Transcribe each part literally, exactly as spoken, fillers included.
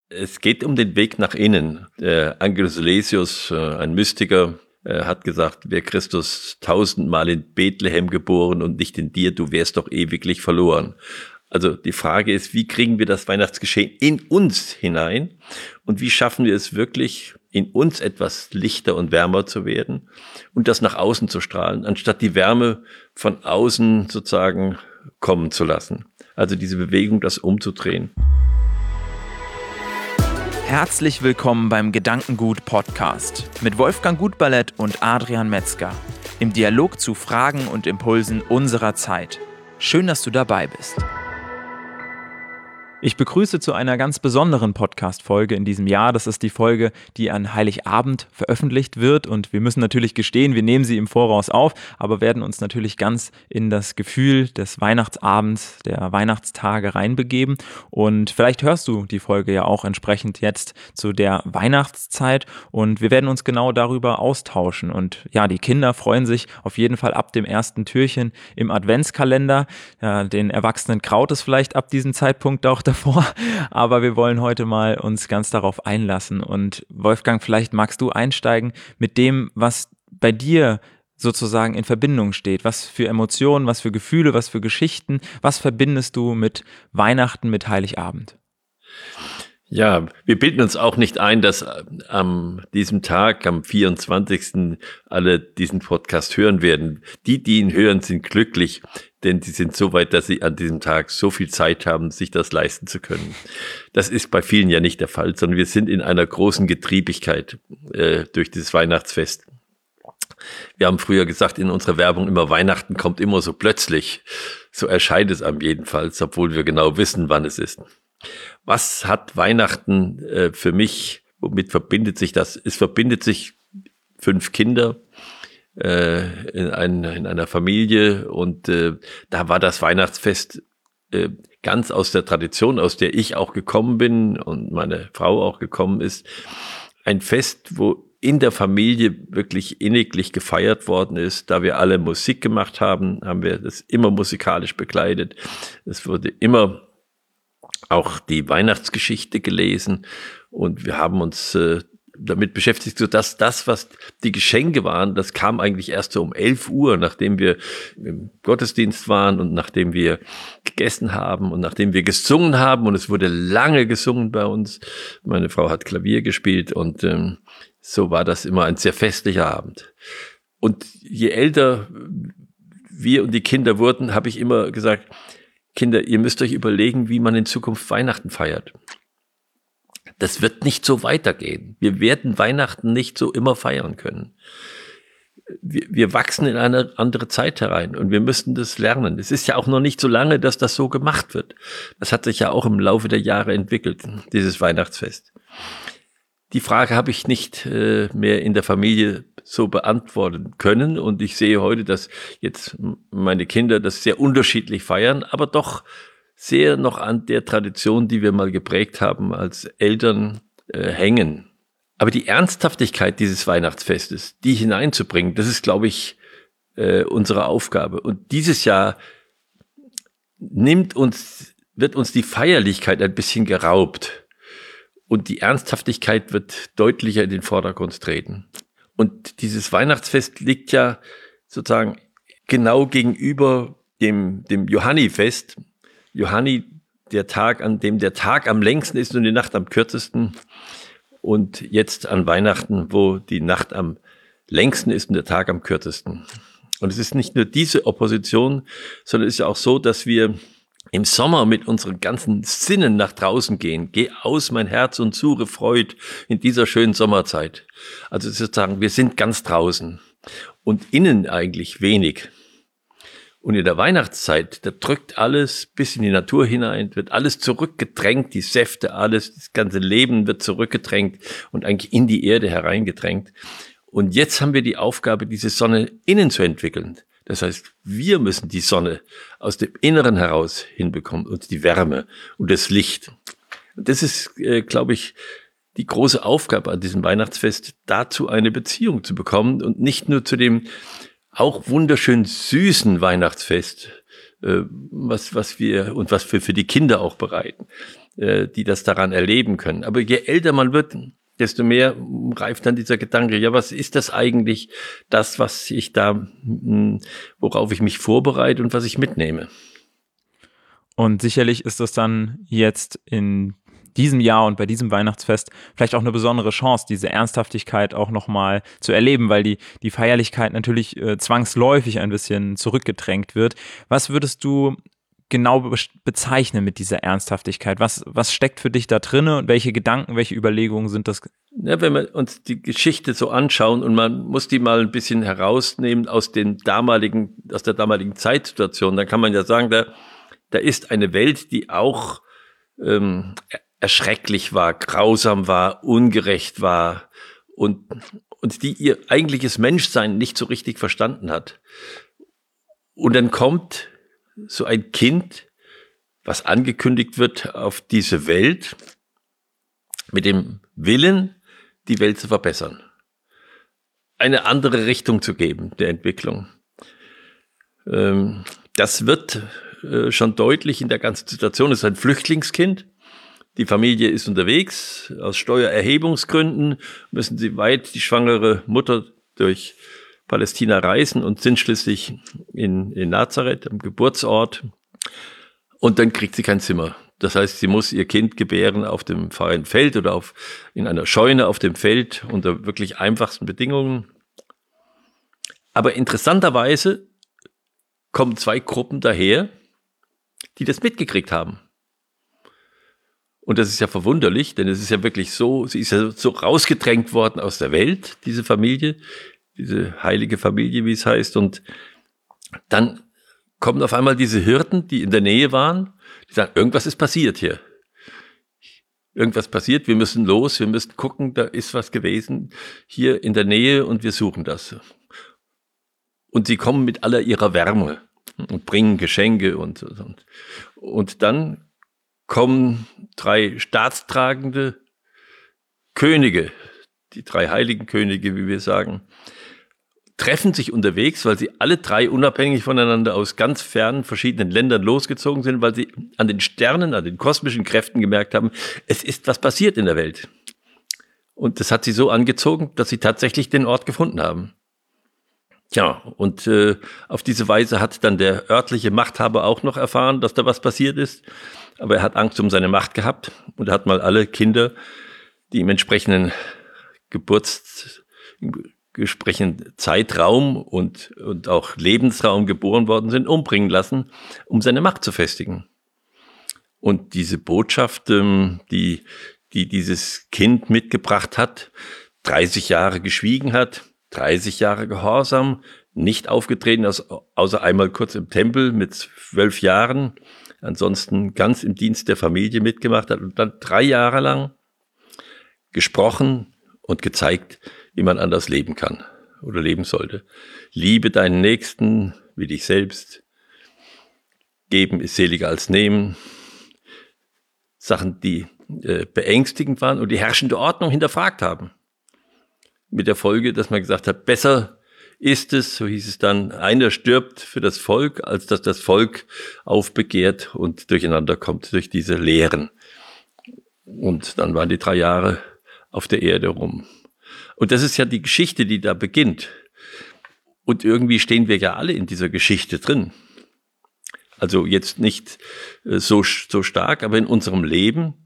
Es geht um den Weg nach innen. Der Angelus Silesius, ein Mystiker, hat gesagt, wäre Christus tausendmal in Bethlehem geboren und nicht in dir, du wärst doch ewiglich verloren. Also die Frage ist, wie kriegen wir das Weihnachtsgeschehen in uns hinein und wie schaffen wir es wirklich, in uns etwas lichter und wärmer zu werden und das nach außen zu strahlen, anstatt die Wärme von außen sozusagen kommen zu lassen. Also diese Bewegung, das umzudrehen. Herzlich willkommen beim Gedankengut-Podcast mit Wolfgang Gutballett und Adrian Metzger im Dialog zu Fragen und Impulsen unserer Zeit. Schön, dass du dabei bist. Ich begrüße zu einer ganz besonderen Podcast-Folge in diesem Jahr. Das ist die Folge, die an Heiligabend veröffentlicht wird und wir müssen natürlich gestehen, wir nehmen sie im Voraus auf, aber werden uns natürlich ganz in das Gefühl des Weihnachtsabends, der Weihnachtstage reinbegeben und vielleicht hörst du die Folge ja auch entsprechend jetzt zu der Weihnachtszeit und wir werden uns genau darüber austauschen und ja, die Kinder freuen sich auf jeden Fall ab dem ersten Türchen im Adventskalender. Ja, den Erwachsenen graut es vielleicht ab diesem Zeitpunkt auch davor, aber wir wollen heute mal uns ganz darauf einlassen und Wolfgang, vielleicht magst du einsteigen mit dem, was bei dir sozusagen in Verbindung steht, was für Emotionen, was für Gefühle, was für Geschichten, was verbindest du mit Weihnachten, mit Heiligabend? Ja, wir bilden uns auch nicht ein, dass am diesem Tag, am vierundzwanzigsten alle diesen Podcast hören werden. Die, die ihn hören, sind glücklich, denn sie sind so weit, dass sie an diesem Tag so viel Zeit haben, sich das leisten zu können. Das ist bei vielen ja nicht der Fall, sondern wir sind in einer großen Getriebigkeit äh, durch dieses Weihnachtsfest. Wir haben früher gesagt in unserer Werbung immer, Weihnachten kommt immer so plötzlich. So erscheint es am jedenfalls, obwohl wir genau wissen, wann es ist. Was hat Weihnachten äh, für mich, womit verbindet sich das? Es verbindet sich fünf Kinder äh, in, ein, in einer Familie und äh, da war das Weihnachtsfest äh, ganz aus der Tradition, aus der ich auch gekommen bin und meine Frau auch gekommen ist. Ein Fest, wo in der Familie wirklich inniglich gefeiert worden ist. Da wir alle Musik gemacht haben, haben wir das immer musikalisch begleitet. Es wurde immer auch die Weihnachtsgeschichte gelesen und wir haben uns äh, damit beschäftigt, so dass das, was die Geschenke waren, das kam eigentlich erst so um elf Uhr, nachdem wir im Gottesdienst waren und nachdem wir gegessen haben und nachdem wir gesungen haben und es wurde lange gesungen bei uns. Meine Frau hat Klavier gespielt und ähm, so war das immer ein sehr festlicher Abend. Und je älter wir und die Kinder wurden, habe ich immer gesagt, Kinder, ihr müsst euch überlegen, wie man in Zukunft Weihnachten feiert. Das wird nicht so weitergehen. Wir werden Weihnachten nicht so immer feiern können. Wir, wir wachsen in eine andere Zeit herein und wir müssen das lernen. Es ist ja auch noch nicht so lange, dass das so gemacht wird. Das hat sich ja auch im Laufe der Jahre entwickelt, dieses Weihnachtsfest. Die Frage habe ich nicht äh, mehr in der Familie so beantworten können und ich sehe heute, dass jetzt meine Kinder das sehr unterschiedlich feiern, aber doch sehr noch an der Tradition, die wir mal geprägt haben als Eltern, äh, hängen. Aber die Ernsthaftigkeit dieses Weihnachtsfestes, die hineinzubringen, das ist, glaube ich, äh, unsere Aufgabe. Und dieses Jahr nimmt uns, wird uns die Feierlichkeit ein bisschen geraubt. Und die Ernsthaftigkeit wird deutlicher in den Vordergrund treten. Und dieses Weihnachtsfest liegt ja sozusagen genau gegenüber dem, dem Johannifest. Johanni, der Tag, an dem der Tag am längsten ist und die Nacht am kürzesten. Und jetzt an Weihnachten, wo die Nacht am längsten ist und der Tag am kürzesten. Und es ist nicht nur diese Opposition, sondern es ist ja auch so, dass wir im Sommer mit unseren ganzen Sinnen nach draußen gehen. Geh aus, mein Herz, und suche Freud in dieser schönen Sommerzeit. Also sozusagen, wir sind ganz draußen und innen eigentlich wenig. Und in der Weihnachtszeit, da drückt alles bis in die Natur hinein, wird alles zurückgedrängt, die Säfte, alles, das ganze Leben wird zurückgedrängt und eigentlich in die Erde hereingedrängt. Und jetzt haben wir die Aufgabe, diese Sonne innen zu entwickeln. Das heißt, wir müssen die Sonne aus dem Inneren heraus hinbekommen und die Wärme und das Licht. Das ist, äh, glaube ich, die große Aufgabe an diesem Weihnachtsfest, dazu eine Beziehung zu bekommen und nicht nur zu dem auch wunderschön süßen Weihnachtsfest, äh, was, was wir und was wir für die Kinder auch bereiten, äh, die das daran erleben können. Aber je älter man wird, desto mehr reift dann dieser Gedanke, ja, was ist das eigentlich, das, was ich da, worauf ich mich vorbereite und was ich mitnehme? Und sicherlich ist das dann jetzt in diesem Jahr und bei diesem Weihnachtsfest vielleicht auch eine besondere Chance, diese Ernsthaftigkeit auch nochmal zu erleben, weil die, die Feierlichkeit natürlich äh, zwangsläufig ein bisschen zurückgedrängt wird. Was würdest du genau be- bezeichnen mit dieser Ernsthaftigkeit? Was, was steckt für dich da drin und welche Gedanken, welche Überlegungen sind das? Ja, wenn wir uns die Geschichte so anschauen und man muss die mal ein bisschen herausnehmen aus den damaligen, aus der damaligen Zeitsituation, dann kann man ja sagen, da, da ist eine Welt, die auch ähm, erschrecklich war, grausam war, ungerecht war und, und die ihr eigentliches Menschsein nicht so richtig verstanden hat. Und dann kommt so ein Kind, was angekündigt wird auf diese Welt, mit dem Willen, die Welt zu verbessern. Eine andere Richtung zu geben, der Entwicklung. Ähm, das wird äh, schon deutlich in der ganzen Situation. Es ist ein Flüchtlingskind. Die Familie ist unterwegs. Aus Steuererhebungsgründen müssen sie weit, die schwangere Mutter, durch Palästina reisen und sind schließlich in, in Nazareth, am Geburtsort. Und dann kriegt sie kein Zimmer. Das heißt, sie muss ihr Kind gebären auf dem freien Feld oder auf, in einer Scheune auf dem Feld unter wirklich einfachsten Bedingungen. Aber interessanterweise kommen zwei Gruppen daher, die das mitgekriegt haben. Und das ist ja verwunderlich, denn es ist ja wirklich so, sie ist ja so rausgedrängt worden aus der Welt, diese Familie, diese heilige Familie, wie es heißt. Und dann kommen auf einmal diese Hirten, die in der Nähe waren, die sagen, irgendwas ist passiert hier. Irgendwas passiert, wir müssen los, wir müssen gucken, da ist was gewesen hier in der Nähe und wir suchen das. Und sie kommen mit aller ihrer Wärme und bringen Geschenke und, und, und dann kommen drei staatstragende Könige, die drei heiligen Könige, wie wir sagen, treffen sich unterwegs, weil sie alle drei unabhängig voneinander aus ganz fernen, verschiedenen Ländern losgezogen sind, weil sie an den Sternen, an den kosmischen Kräften gemerkt haben, es ist was passiert in der Welt. Und das hat sie so angezogen, dass sie tatsächlich den Ort gefunden haben. Tja, und äh, auf diese Weise hat dann der örtliche Machthaber auch noch erfahren, dass da was passiert ist. Aber er hat Angst um seine Macht gehabt und er hat mal alle Kinder, die im entsprechenden Geburts, im entsprechenden Zeitraum und, und auch Lebensraum geboren worden sind, umbringen lassen, um seine Macht zu festigen. Und diese Botschaft, ähm, die, die dieses Kind mitgebracht hat, dreißig Jahre geschwiegen hat, dreißig Jahre Gehorsam, nicht aufgetreten, außer einmal kurz im Tempel mit zwölf Jahren, ansonsten ganz im Dienst der Familie mitgemacht hat und dann drei Jahre lang gesprochen und gezeigt, wie man anders leben kann oder leben sollte. Liebe deinen Nächsten wie dich selbst. Geben ist seliger als nehmen. Sachen, die äh, beängstigend waren und die herrschende Ordnung hinterfragt haben. Mit der Folge, dass man gesagt hat, besser ist es, so hieß es dann, einer stirbt für das Volk, als dass das Volk aufbegehrt und durcheinander kommt durch diese Lehren. Und dann waren die drei Jahre auf der Erde rum. Und das ist ja die Geschichte, die da beginnt. Und irgendwie stehen wir ja alle in dieser Geschichte drin. Also jetzt nicht so, so stark, aber in unserem Leben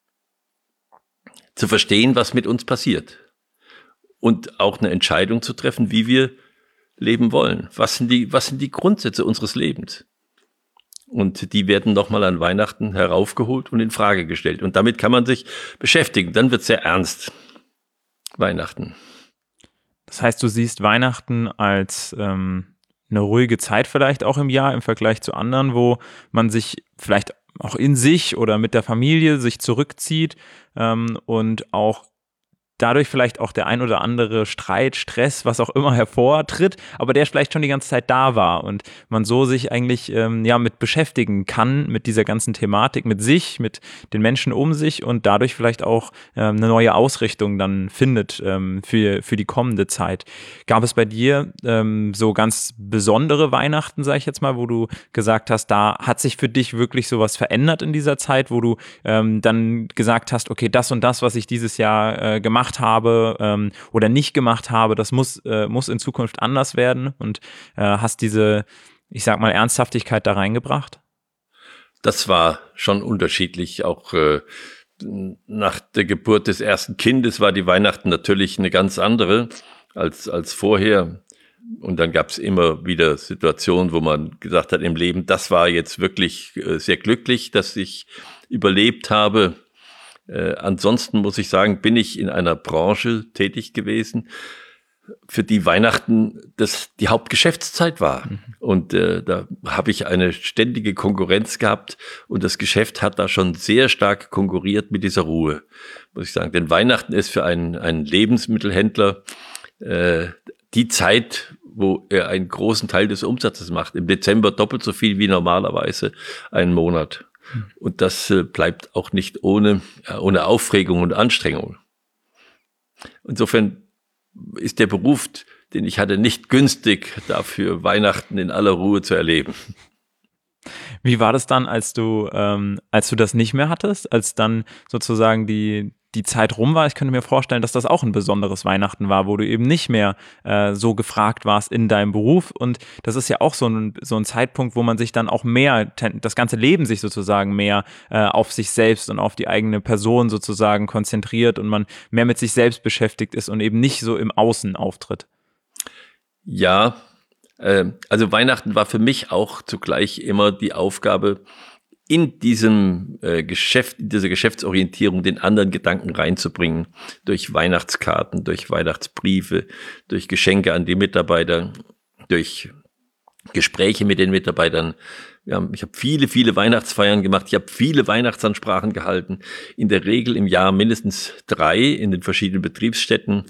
zu verstehen, was mit uns passiert. Und auch eine Entscheidung zu treffen, wie wir leben wollen. Was sind die, was sind die Grundsätze unseres Lebens? Und die werden nochmal an Weihnachten heraufgeholt und in Frage gestellt. Und damit kann man sich beschäftigen. Dann wird es sehr ernst. Weihnachten. Das heißt, du siehst Weihnachten als ähm, eine ruhige Zeit vielleicht auch im Jahr im Vergleich zu anderen, wo man sich vielleicht auch in sich oder mit der Familie sich zurückzieht ähm, und auch dadurch vielleicht auch der ein oder andere Streit, Stress, was auch immer hervortritt, aber der vielleicht schon die ganze Zeit da war und man so sich eigentlich ähm, ja mit beschäftigen kann, mit dieser ganzen Thematik, mit sich, mit den Menschen um sich und dadurch vielleicht auch ähm, eine neue Ausrichtung dann findet ähm, für, für die kommende Zeit. Gab es bei dir ähm, so ganz besondere Weihnachten, sage ich jetzt mal, wo du gesagt hast, da hat sich für dich wirklich sowas verändert in dieser Zeit, wo du ähm, dann gesagt hast, okay, das und das, was ich dieses Jahr äh, gemacht habe ähm, oder nicht gemacht habe, das muss, äh, muss in Zukunft anders werden und äh, hast diese, ich sag mal, Ernsthaftigkeit da reingebracht? Das war schon unterschiedlich. Auch äh, nach der Geburt des ersten Kindes war die Weihnachten natürlich eine ganz andere als, als vorher. Und dann gab es immer wieder Situationen, wo man gesagt hat im Leben, das war jetzt wirklich äh, sehr glücklich, dass ich überlebt habe. Äh, ansonsten muss ich sagen, bin ich in einer Branche tätig gewesen, für die Weihnachten das die Hauptgeschäftszeit war. Mhm. Und äh, da habe ich eine ständige Konkurrenz gehabt und das Geschäft hat da schon sehr stark konkurriert mit dieser Ruhe, muss ich sagen. Denn Weihnachten ist für einen, einen Lebensmittelhändler äh, die Zeit, wo er einen großen Teil des Umsatzes macht. Im Dezember doppelt so viel wie normalerweise einen Monat. Hm. Und das äh, bleibt auch nicht ohne, ja, ohne Aufregung und Anstrengung. Insofern ist der Beruf, den ich hatte, nicht günstig, dafür Weihnachten in aller Ruhe zu erleben. Wie war das dann, als du, ähm, als du das nicht mehr hattest, als dann sozusagen die die Zeit rum war? Ich könnte mir vorstellen, dass das auch ein besonderes Weihnachten war, wo du eben nicht mehr äh, so gefragt warst in deinem Beruf. Und das ist ja auch so ein, so ein Zeitpunkt, wo man sich dann auch mehr, das ganze Leben sich sozusagen mehr äh, auf sich selbst und auf die eigene Person sozusagen konzentriert und man mehr mit sich selbst beschäftigt ist und eben nicht so im Außen auftritt. Ja, äh, also Weihnachten war für mich auch zugleich immer die Aufgabe, in diesem äh, Geschäft, in dieser Geschäftsorientierung den anderen Gedanken reinzubringen, durch Weihnachtskarten, durch Weihnachtsbriefe, durch Geschenke an die Mitarbeiter, durch Gespräche mit den Mitarbeitern. Wir haben, ich habe viele, viele Weihnachtsfeiern gemacht, ich habe viele Weihnachtsansprachen gehalten, in der Regel im Jahr mindestens drei in den verschiedenen Betriebsstätten.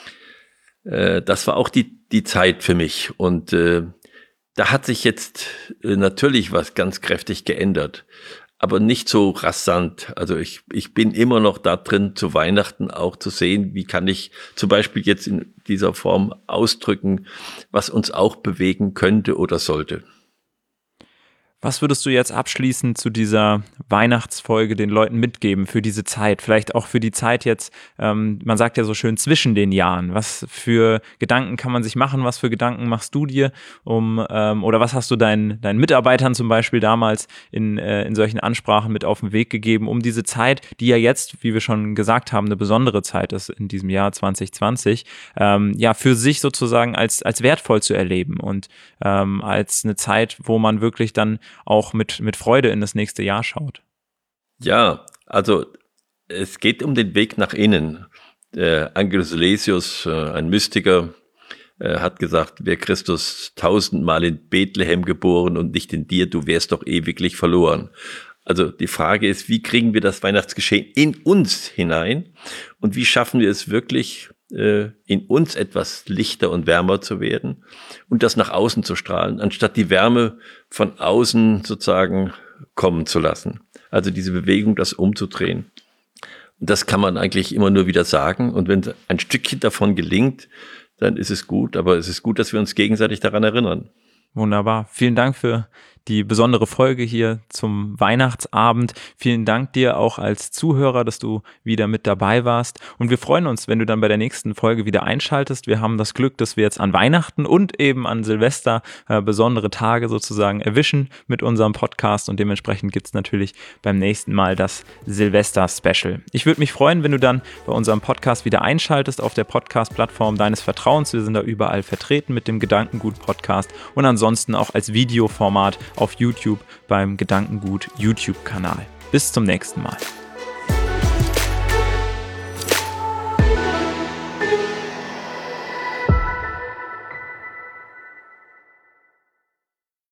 Äh, das war auch die, die Zeit für mich und äh, da hat sich jetzt äh, natürlich was ganz kräftig geändert, aber nicht so rasant. Also ich, ich bin immer noch da drin, zu Weihnachten auch zu sehen, wie kann ich zum Beispiel jetzt in dieser Form ausdrücken, was uns auch bewegen könnte oder sollte. Was würdest du jetzt abschließend zu dieser Weihnachtsfolge den Leuten mitgeben für diese Zeit? Vielleicht auch für die Zeit jetzt, ähm, man sagt ja so schön zwischen den Jahren. Was für Gedanken kann man sich machen? Was für Gedanken machst du dir? Um ähm, oder was hast du deinen, deinen Mitarbeitern zum Beispiel damals in, äh, in solchen Ansprachen mit auf den Weg gegeben, um diese Zeit, die ja jetzt, wie wir schon gesagt haben, eine besondere Zeit ist in diesem Jahr zwanzig zwanzig, ähm, ja für sich sozusagen als, als wertvoll zu erleben und ähm, als eine Zeit, wo man wirklich dann auch mit, mit Freude in das nächste Jahr schaut. Ja, also es geht um den Weg nach innen. Der Angelus Silesius, ein Mystiker, hat gesagt, wäre Christus tausendmal in Bethlehem geboren und nicht in dir, du wärst doch ewiglich verloren. Also die Frage ist, wie kriegen wir das Weihnachtsgeschehen in uns hinein und wie schaffen wir es wirklich, in uns etwas lichter und wärmer zu werden und das nach außen zu strahlen, anstatt die Wärme von außen sozusagen kommen zu lassen. Also diese Bewegung, das umzudrehen. Und das kann man eigentlich immer nur wieder sagen. Und wenn ein Stückchen davon gelingt, dann ist es gut. Aber es ist gut, dass wir uns gegenseitig daran erinnern. Wunderbar. Vielen Dank für die besondere Folge hier zum Weihnachtsabend. Vielen Dank dir auch als Zuhörer, dass du wieder mit dabei warst. Und wir freuen uns, wenn du dann bei der nächsten Folge wieder einschaltest. Wir haben das Glück, dass wir jetzt an Weihnachten und eben an Silvester äh, besondere Tage sozusagen erwischen mit unserem Podcast. Und dementsprechend gibt es natürlich beim nächsten Mal das Silvester-Special. Ich würde mich freuen, wenn du dann bei unserem Podcast wieder einschaltest auf der Podcast-Plattform deines Vertrauens. Wir sind da überall vertreten mit dem Gedankengut-Podcast und ansonsten auch als Videoformat auf YouTube beim Gedankengut YouTube-Kanal. Bis zum nächsten Mal.